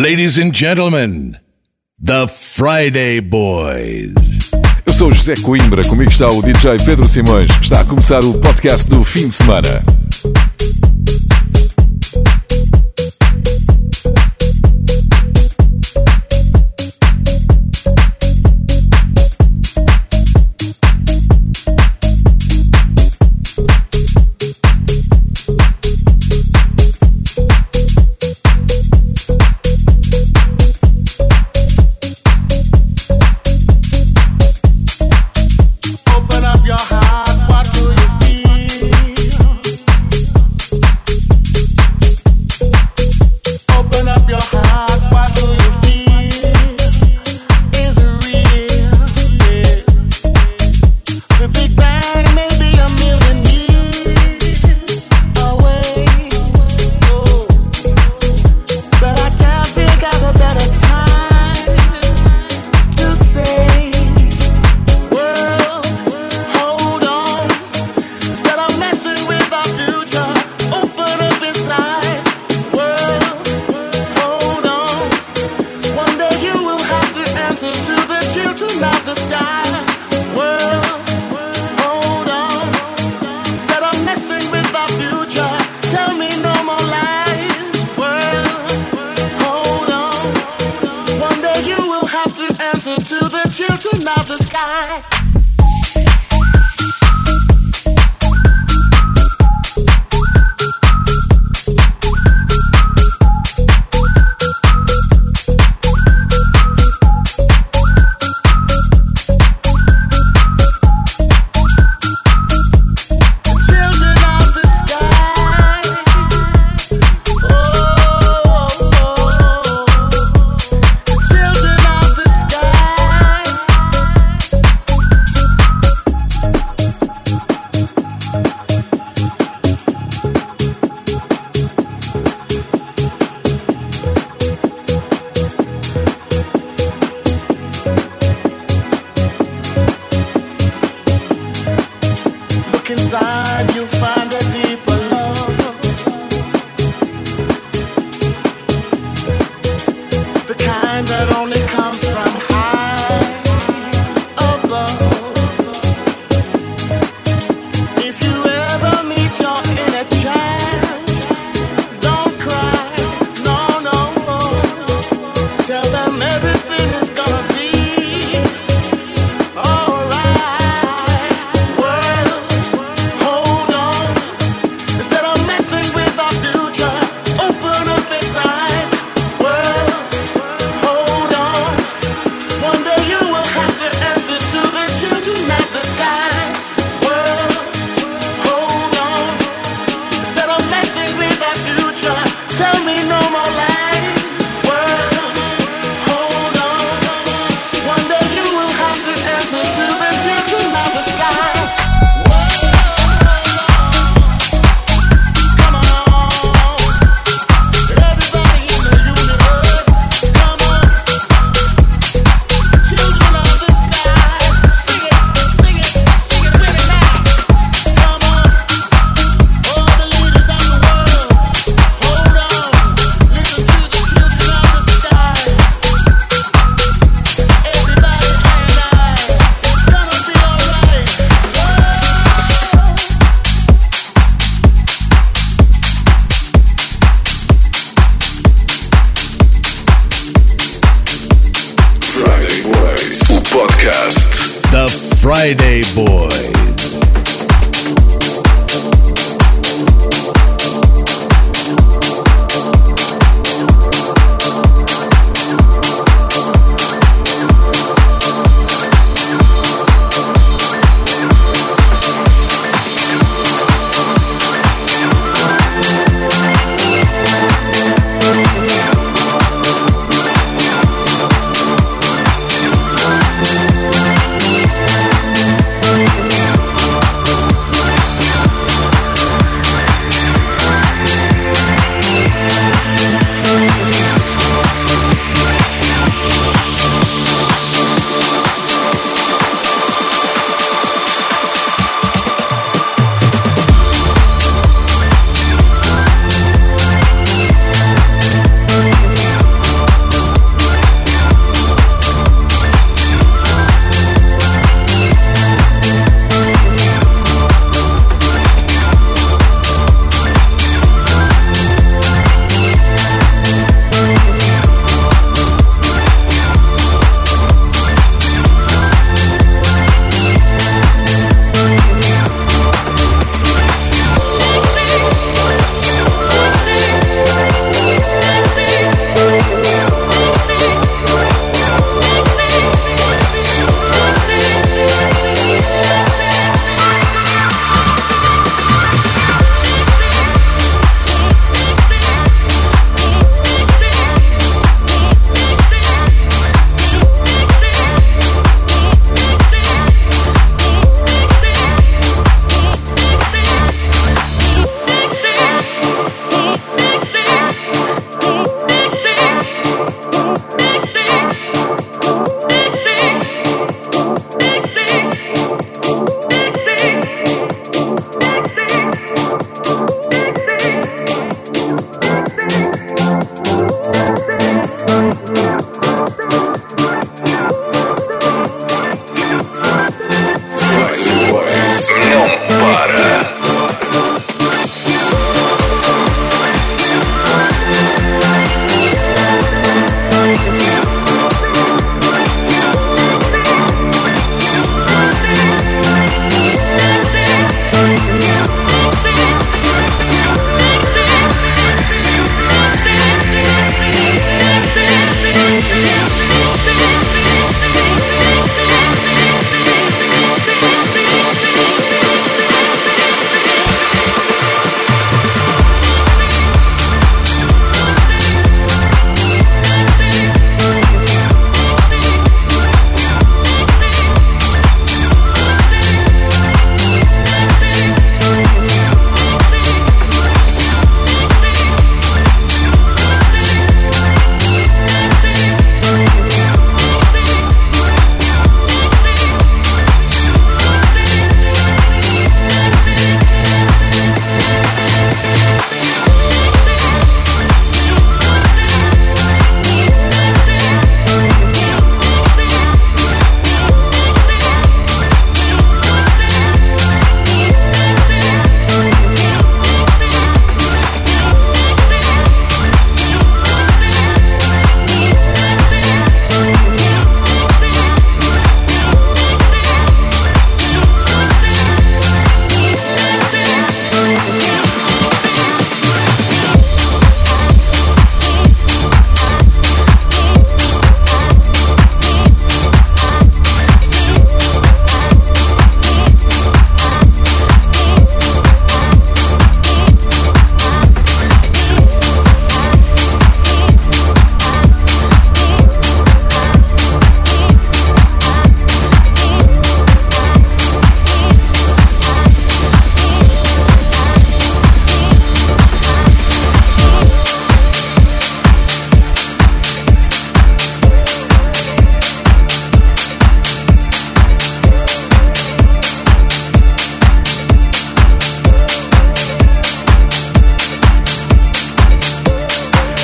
Ladies and gentlemen, the Friday Boys. Eu sou o José Coimbra, comigo está o DJ Pedro Simões. Está a começar o podcast do fim de semana. The Friday Boys.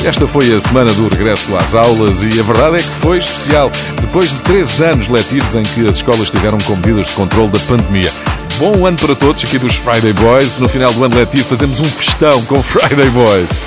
Esta foi a semana do regresso às aulas e a verdade é que foi especial, depois de 3 anos letivos em que as escolas tiveram com medidas de controle da pandemia. Bom ano para todos aqui dos Friday Boys. No final do ano letivo fazemos um festão com Friday Boys.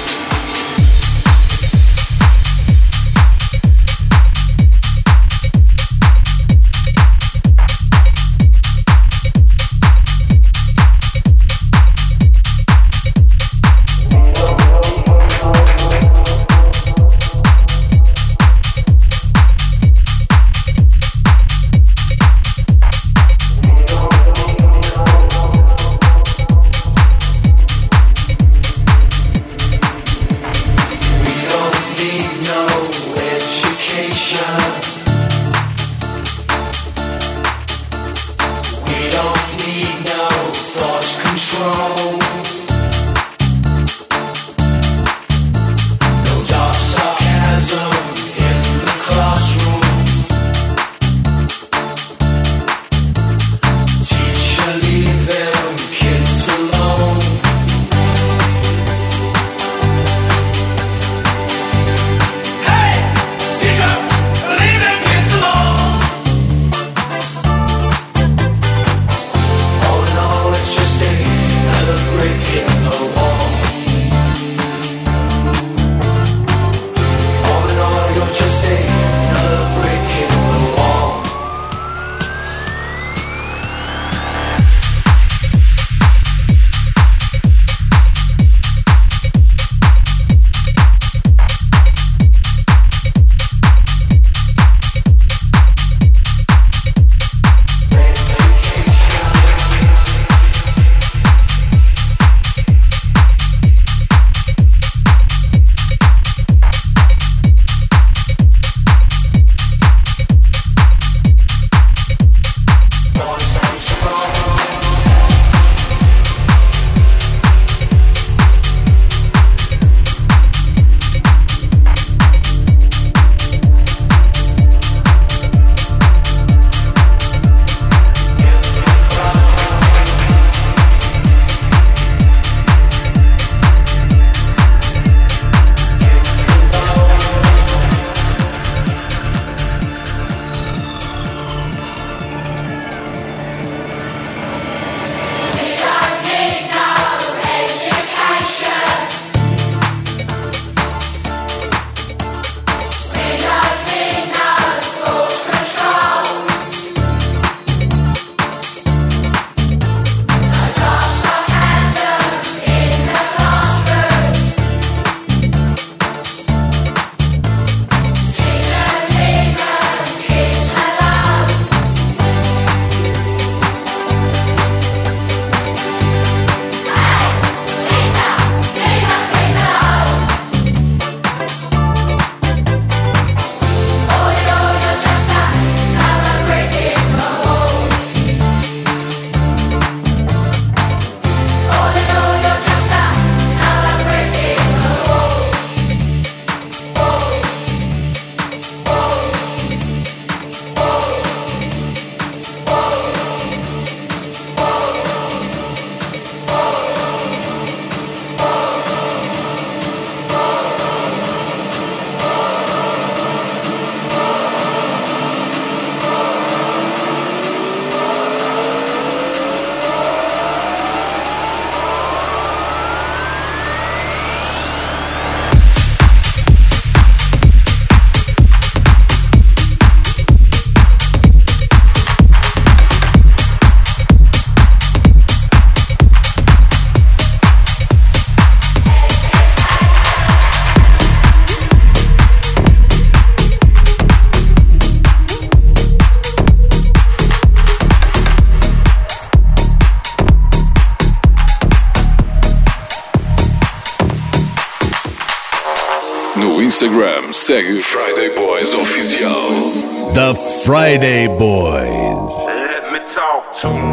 Instagram, segue Friday Boys Oficial. The Friday Boys. Let me talk to him.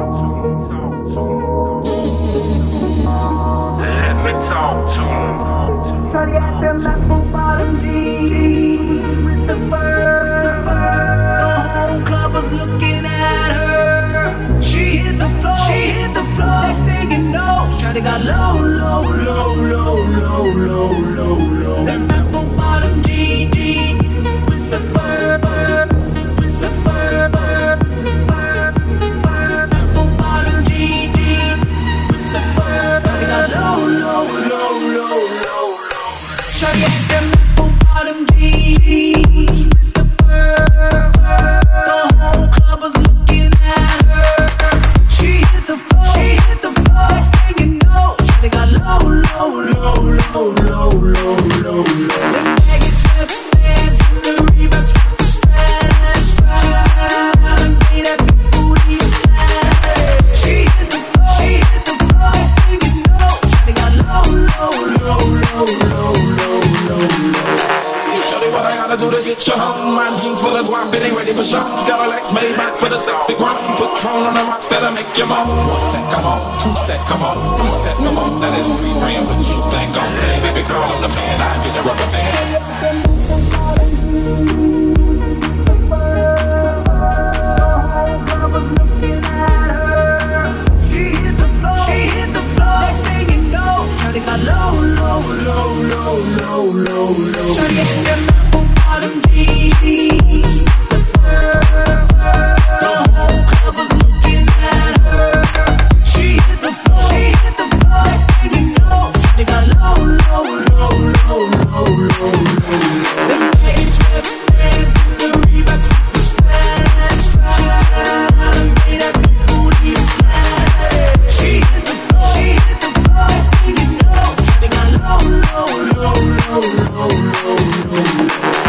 Let me talk to him. Shawty got them apple bottom jeans with the fur. The whole club was looking at her. She hit the floor. She hit the floor. Next thing you know, Shawty got low, low, low, low, low, low, low, low. I do to get you home? My jeans full of guap, it ain't ready for show. Skylax made back for the sexy grown. Patron on the rocks that'll make you moan. One step, come on. Two steps, come on. Three steps, come on. That is 3 grand, but you think I'm playing. Baby girl, I'm the man. I get a rubber band. Low, low, low, low, low, low, low. Shawty in them apple bottom jeans with the fur. The whole club was looking at her. She hit the floor, she hit the floor. Next thing you know, shawty got low, low, low, low, low, low, low. Them baggy sweat pants and the Reeboks with the stretch. She tried to make that big booty flat. She hit the floor, she hit the floor. Next thing you know, shawty got low, low, low, low, low, low, low.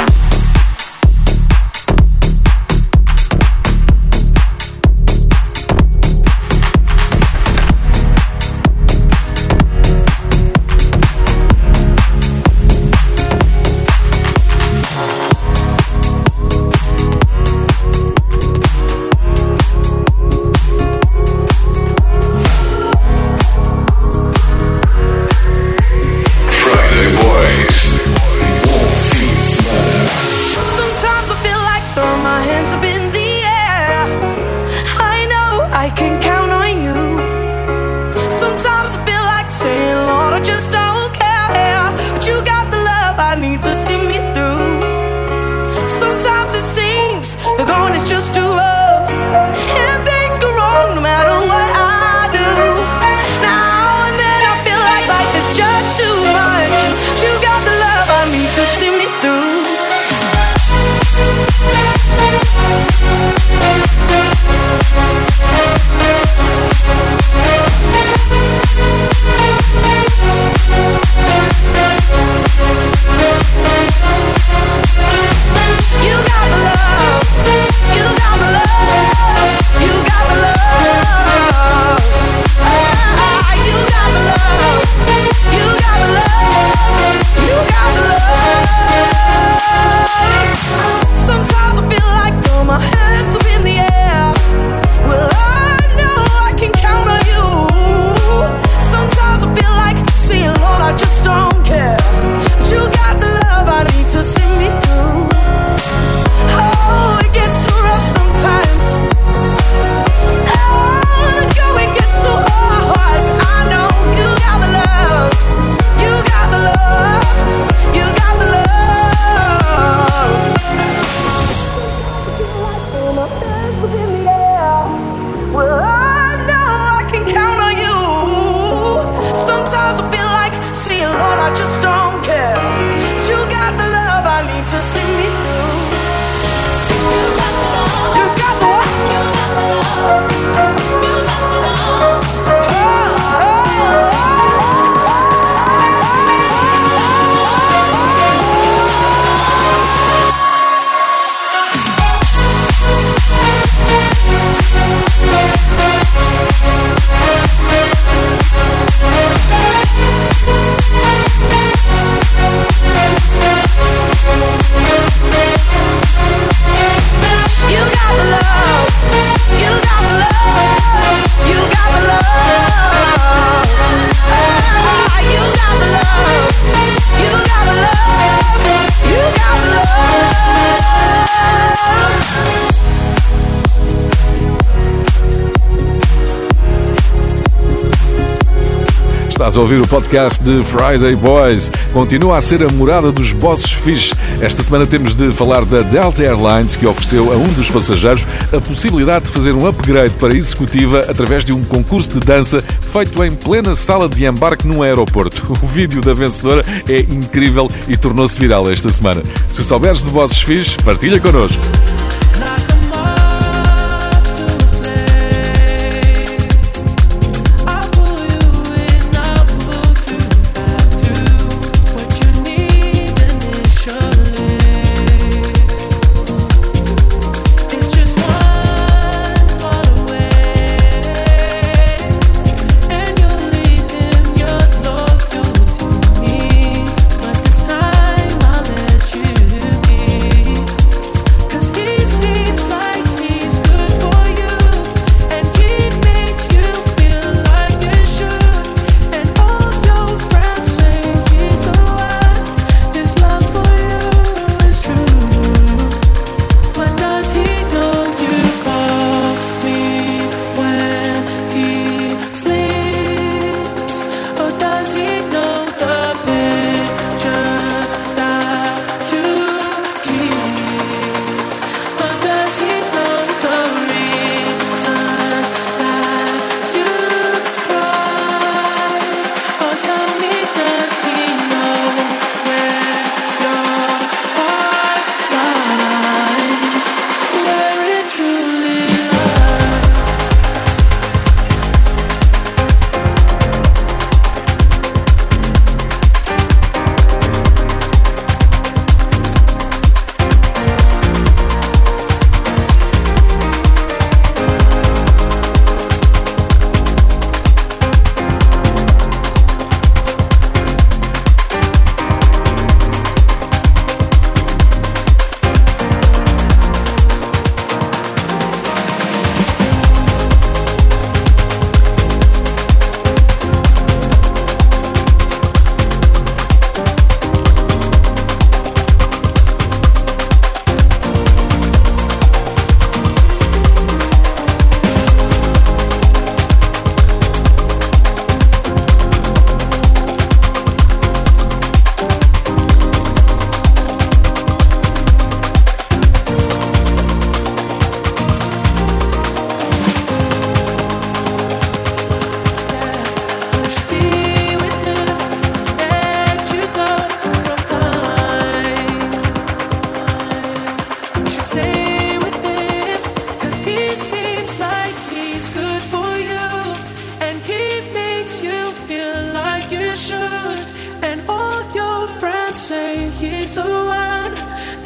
Estás a ouvir o podcast de Friday Boys. Continua a ser a morada dos bosses fixe. Esta semana temos de falar da Delta Airlines, que ofereceu a um dos passageiros a possibilidade de fazer um upgrade para executiva através de um concurso de dança feito em plena sala de embarque num aeroporto. O vídeo da vencedora é incrível e tornou-se viral esta semana. Se souberes de bosses fixe, partilha connosco. This time I'll let you be.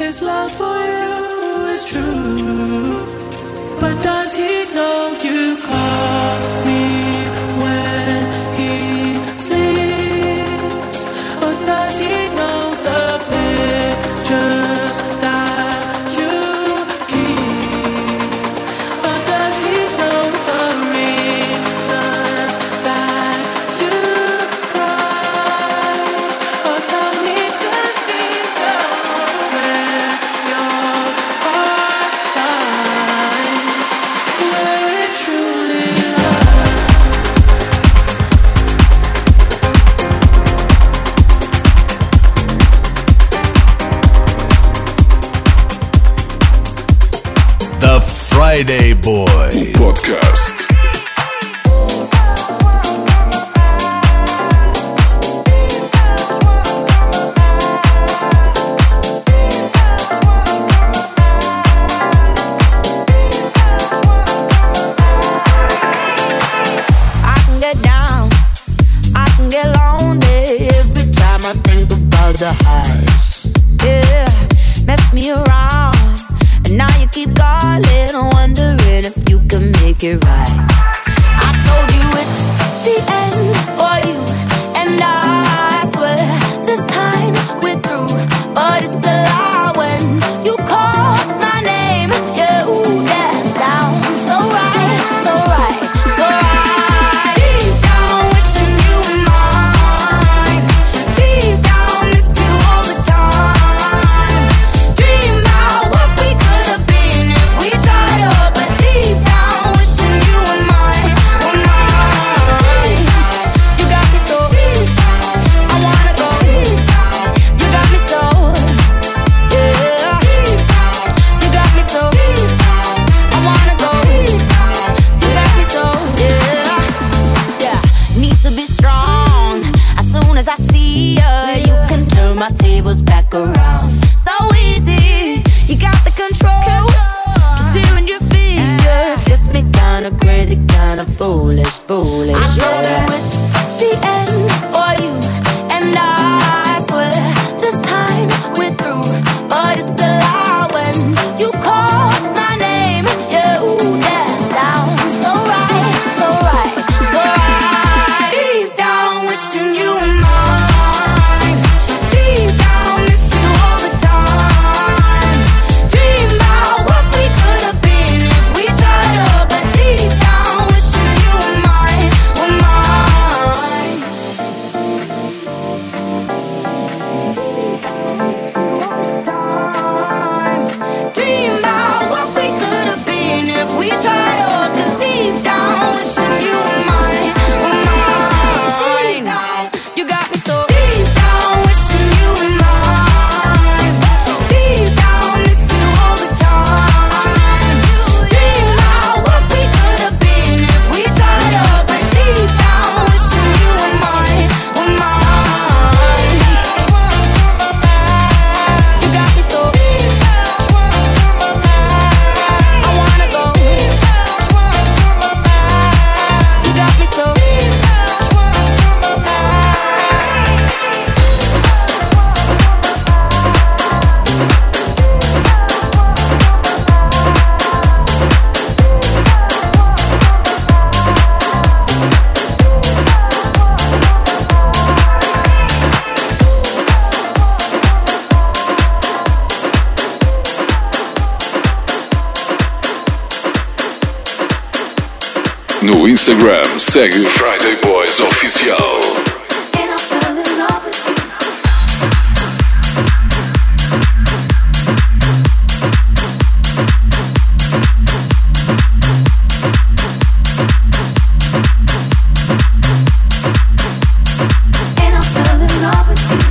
his love for you is true. But does he know you call me when he sleeps? Or does he know the pictures that you keep? Or does he know the reasons that you cry? Or tell me, does he know where your heart lies? Where it truly lies. The Friday Boys. Podcast. I can get down, I can get lonely every time I think about the highs. Yeah, mess me around, and now you keep calling, wondering if you can make it right. I told you it's the end for you, and I swear this time we're through. But it's a lie when you call my name. Yeah, ooh, that sounds so right, so right, so right. Deep down, wishing you were mine. Deep down, miss you all the time. Dream about what we could have been if we tried up. But deep down, wishing you were mine, were mine. You got me so I wanna go. You got me so, yeah. You got me so I wanna go. You got me so, yeah. Yeah, need to be strong. As soon as I see you, you can turn my tables back around. So easy, you got the control. Just hearing your speakers gets me kinda crazy, kinda foolish, foolish. I told you it's the end for you, and I swear this time we're through. But it's a lie when you call my name. Yeah, ooh, that sounds so right, so right, so right. Deep down, wishing you were mine. Deep down, miss you all the time. Dream about what we could have been if we tried up. But deep down, wishing you were mine, were mine. Dream about what we could have been if we tried up. 'Cause deep down, wishing you were mine, were mine. You got me so deep down, wishing you were mine. Deep down, miss you all the time. Dream about what we could have been if we tried up. But deep down, wishing you were mine, were mine. You got me so I wanna go. You got me so No Instagram, segue Friday Boys Oficial. And I fell in love with you. And I fell in love with you.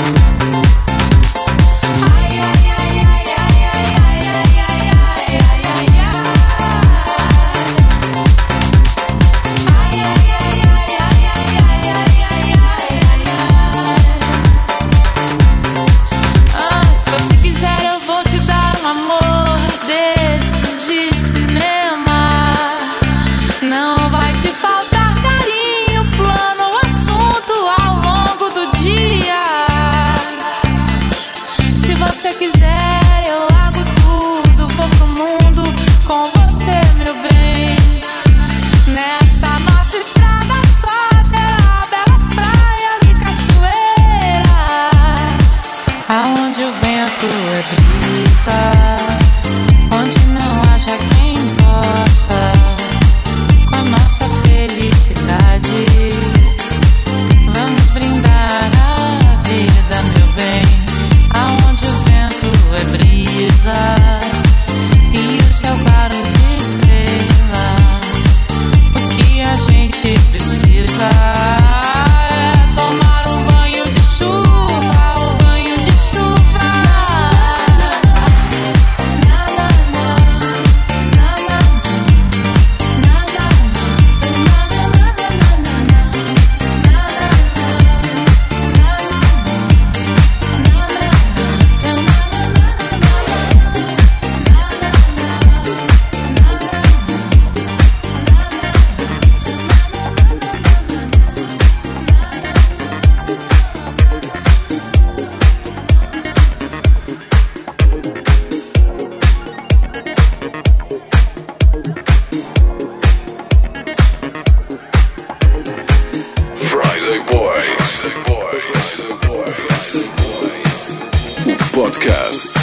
você quiser. aonde o vento é brisa, onde não haja quem possa com a nossa felicidade. Vamos brindar a vida, meu bem, aonde o vento é brisa e o céu claro de estrelas. O que a gente precisa é tomar um banho de chuva, um banho de chuva. Friday Boys. Podcast.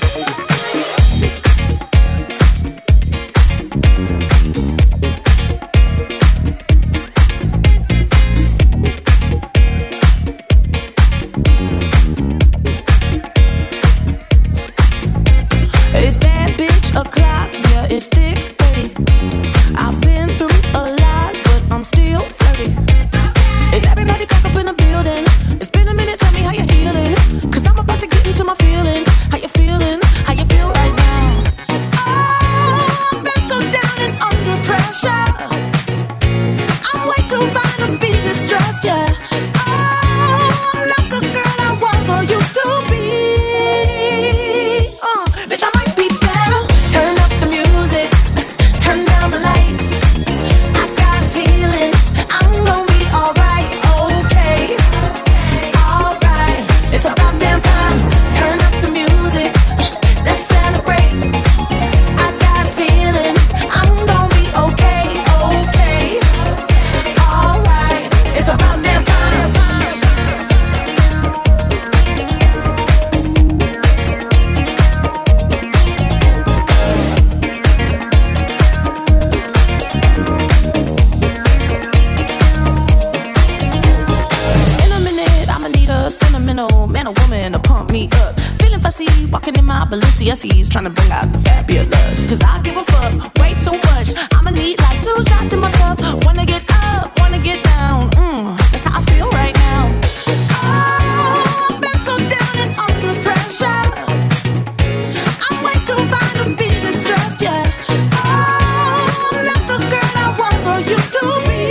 It's bad bitch o'clock, yeah, it's thick 30. I've been through a lot, but I'm still flirty. Is everybody back up in the building? It's been a minute, tell me how you're healing. Cause I'm about to get into my feelings. How you feeling? How you feel right now? Oh, I've been so down and under pressure. I'm way too fine to be distressed, yeah. Oh, I'm not the girl I was or used to be. Bitch, I might be better. Turn up the music, turn down the lights. I got a feeling I'm gonna be alright, okay. Alright, it's about damn time. Turn up the music, let's celebrate. I got a feeling I'm gonna be okay, okay. Alright, it's about damn time. In a minute, I'ma need a sentimental man or woman to pump me up. Feeling fussy, walking in my Balenciennes, trying to bring out the fabulous. Cause I give a fuck way too much. I'ma need like 2 shots in my cup. Wanna get up, wanna get down. That's how I feel right now. Oh, I've been so down and under pressure. I'm way too fine to be distressed, yeah. Oh, I'm not the girl I was or used to be.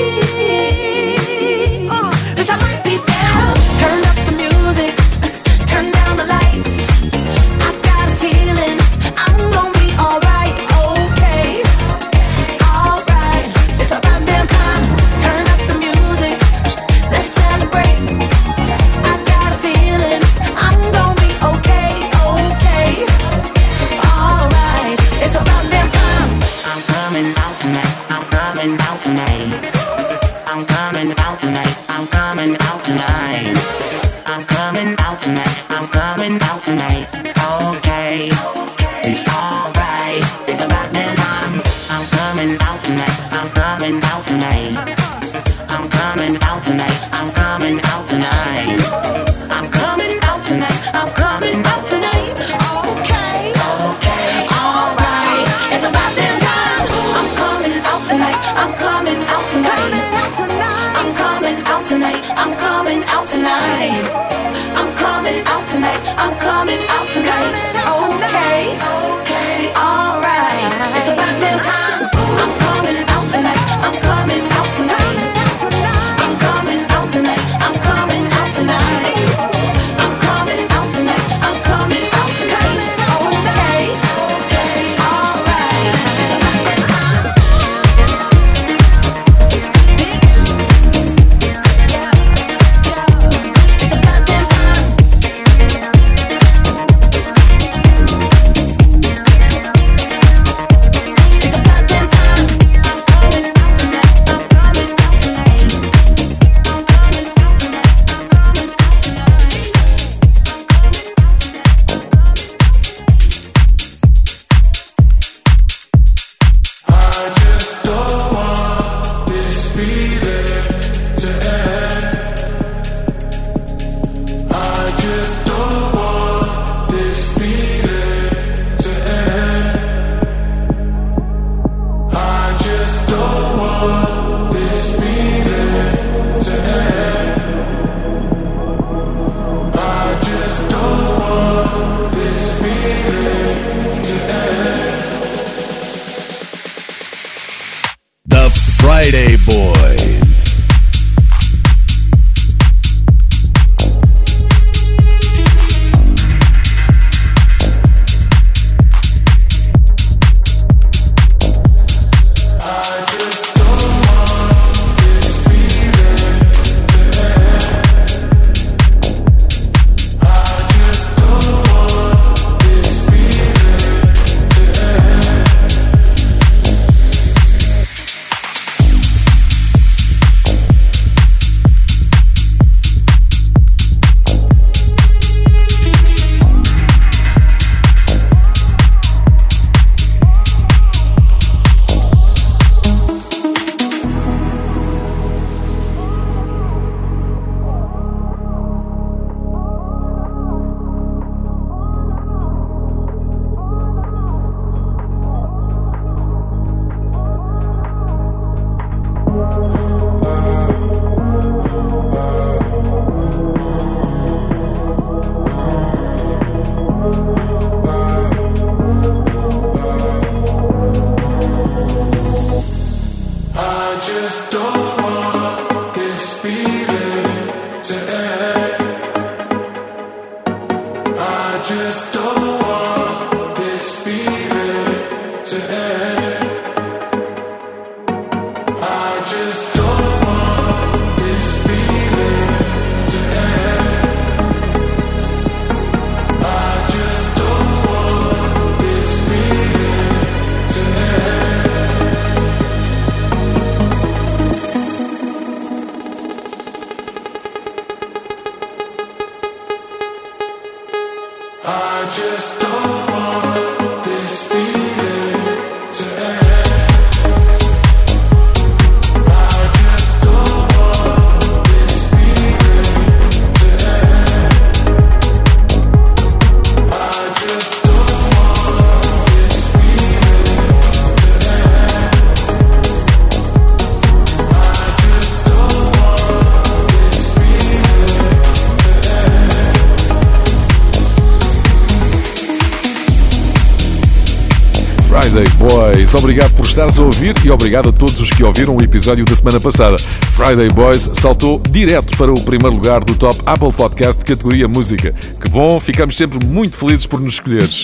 Bitch, I might be better. Turn up the music, turn down the lights. I got a feeling I'm gonna be alright, okay. Alright, it's about damn time. Turn up the music, let's celebrate. I got a feeling I'm gonna be okay, okay. Alright, it's about damn time. I'm coming out tonight. I'm coming out tonight. I'm coming out tonight. I'm coming out tonight. I'm coming out tonight. I'm coming out tonight. Okay, it's alright. It's about that time. I'm coming out tonight. I'm coming out tonight. I'm coming out tonight. I'm coming out tonight. I'm coming out tonight. I'm coming out tonight. Okay, Okay, alright. It's about that time. I'm coming out tonight. I'm coming out tonight. I'm coming out tonight. I'm coming out tonight. I'm coming out tonight. I'm coming out tonight. Okay, alright. It's about that time. I'm coming out tonight. I'm coming out tonight. I'm coming out tonight. I'm coming out tonight. just don't want this feeling to end. I just don't want this feeling to end. I just don't want this feeling to end. The Friday Boys. Friday Boys, obrigado por estares a ouvir e obrigado a todos os que ouviram o episódio da semana passada. Friday Boys saltou direto para o primeiro lugar do Top Apple Podcast categoria Música. Que bom, ficamos sempre muito felizes por nos escolheres.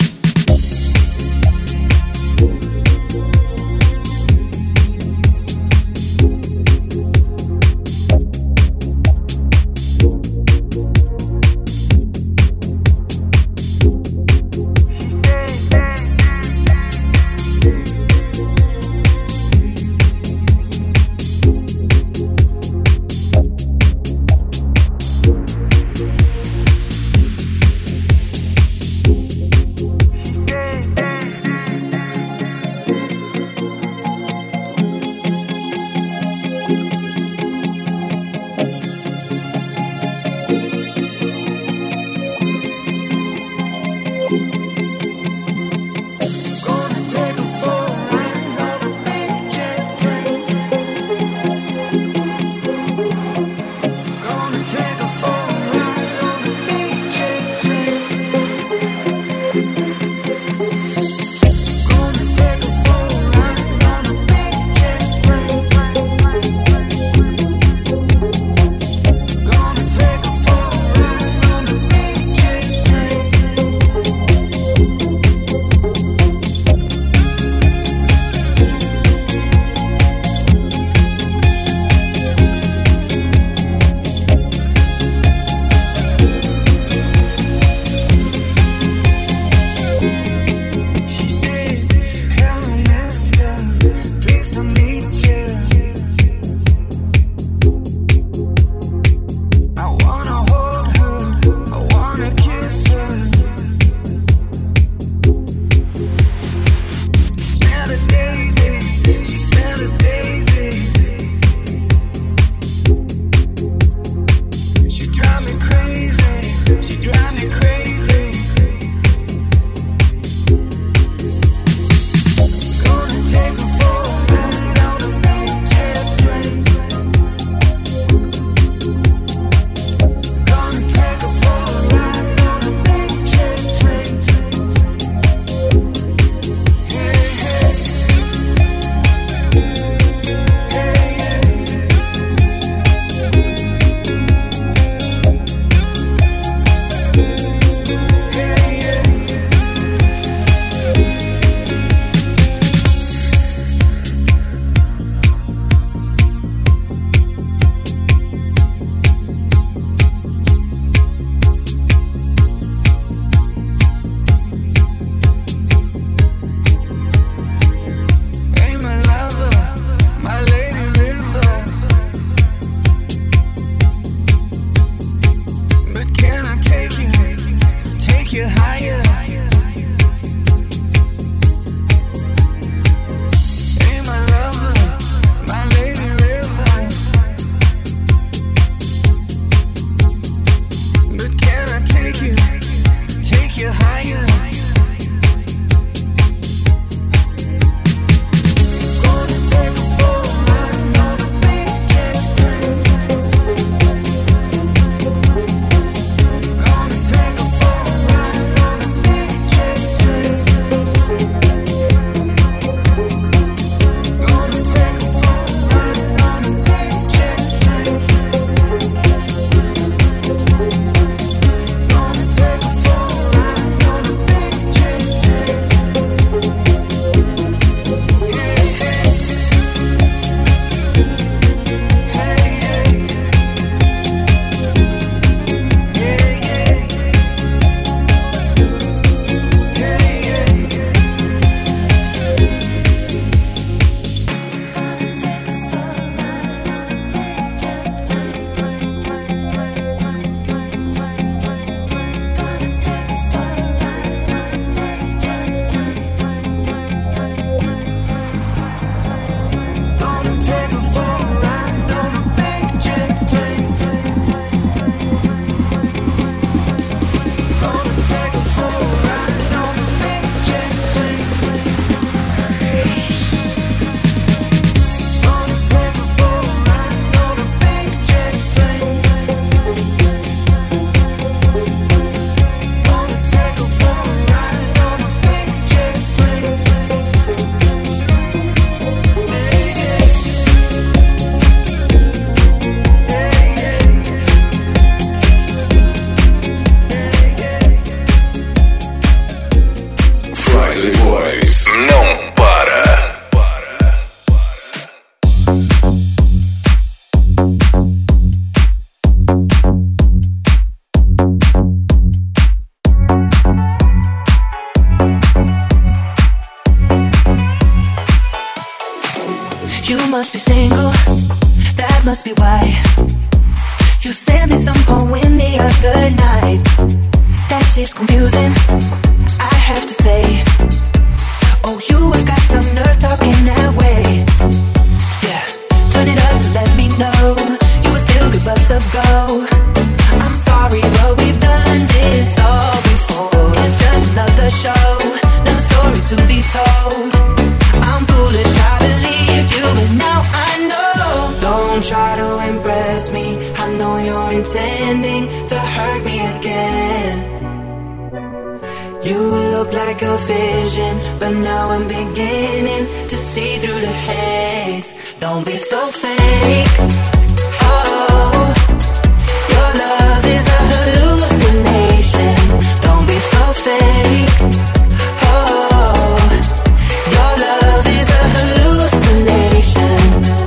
must be why you sent me some poem the other night. That shit's confusing, I have to say. Oh, you have got some nerve talking that way. Yeah, turn it up to let me know you would still give us a go. I'm sorry, but we've done this all before. It's just another show, another story to be told. I'm foolish, I believed you, but now I know. Don't try to impress me, I know you're intending to hurt me again. You look like a vision, but now I'm beginning to see through the haze. Don't be so fake. Oh, your love is a hallucination. Don't be so fake. Oh, your love is a hallucination.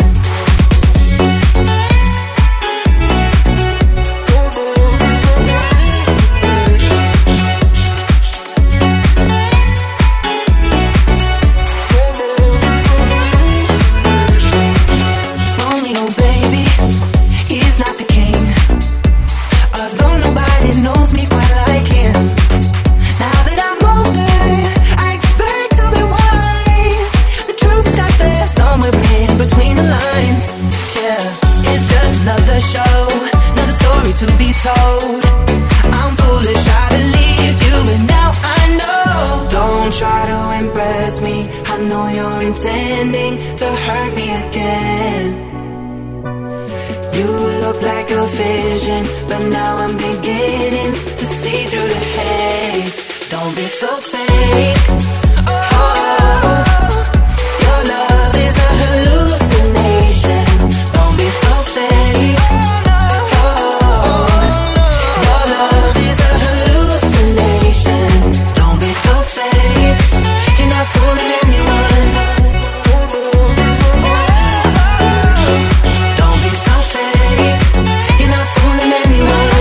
Romeo, baby, he's not the king. Although nobody knows me quite like him. Now that I'm older, I expect to be wise. The truth is out there somewhere in between the lines. Yeah, it's just another show, another story to be told. I'm foolish, I believed you, but now I know. Don't try to impress me, I know you're intending to hurt me again. You look like a vision, but now I'm beginning to see through the haze. Don't be so fake. Oh, your love is a hallucination. Don't be so fake. Oh, your love is a hallucination. Don't be so fake. You're not fooling anyone. Don't be so fake. You're not fooling anyone.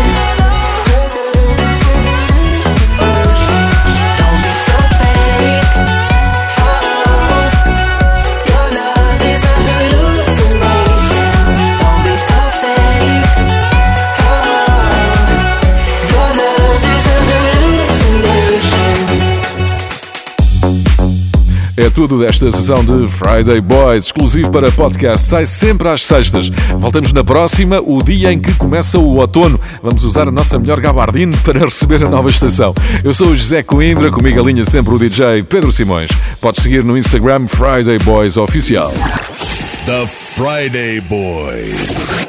Don't be so fake. Oh, your love is a hallucination. Don't be so fake. Oh, your love is a hallucination. É tudo desta sessão de Friday Boys, exclusivo para podcast, sai sempre às sextas. Voltamos na próxima, o dia em que começa o outono. Vamos usar a nossa melhor gabardine para receber a nova estação. Eu sou o José Coimbra, comigo alinha sempre o DJ Pedro Simões. Podes seguir no Instagram Friday Boys Oficial. The Friday Boys.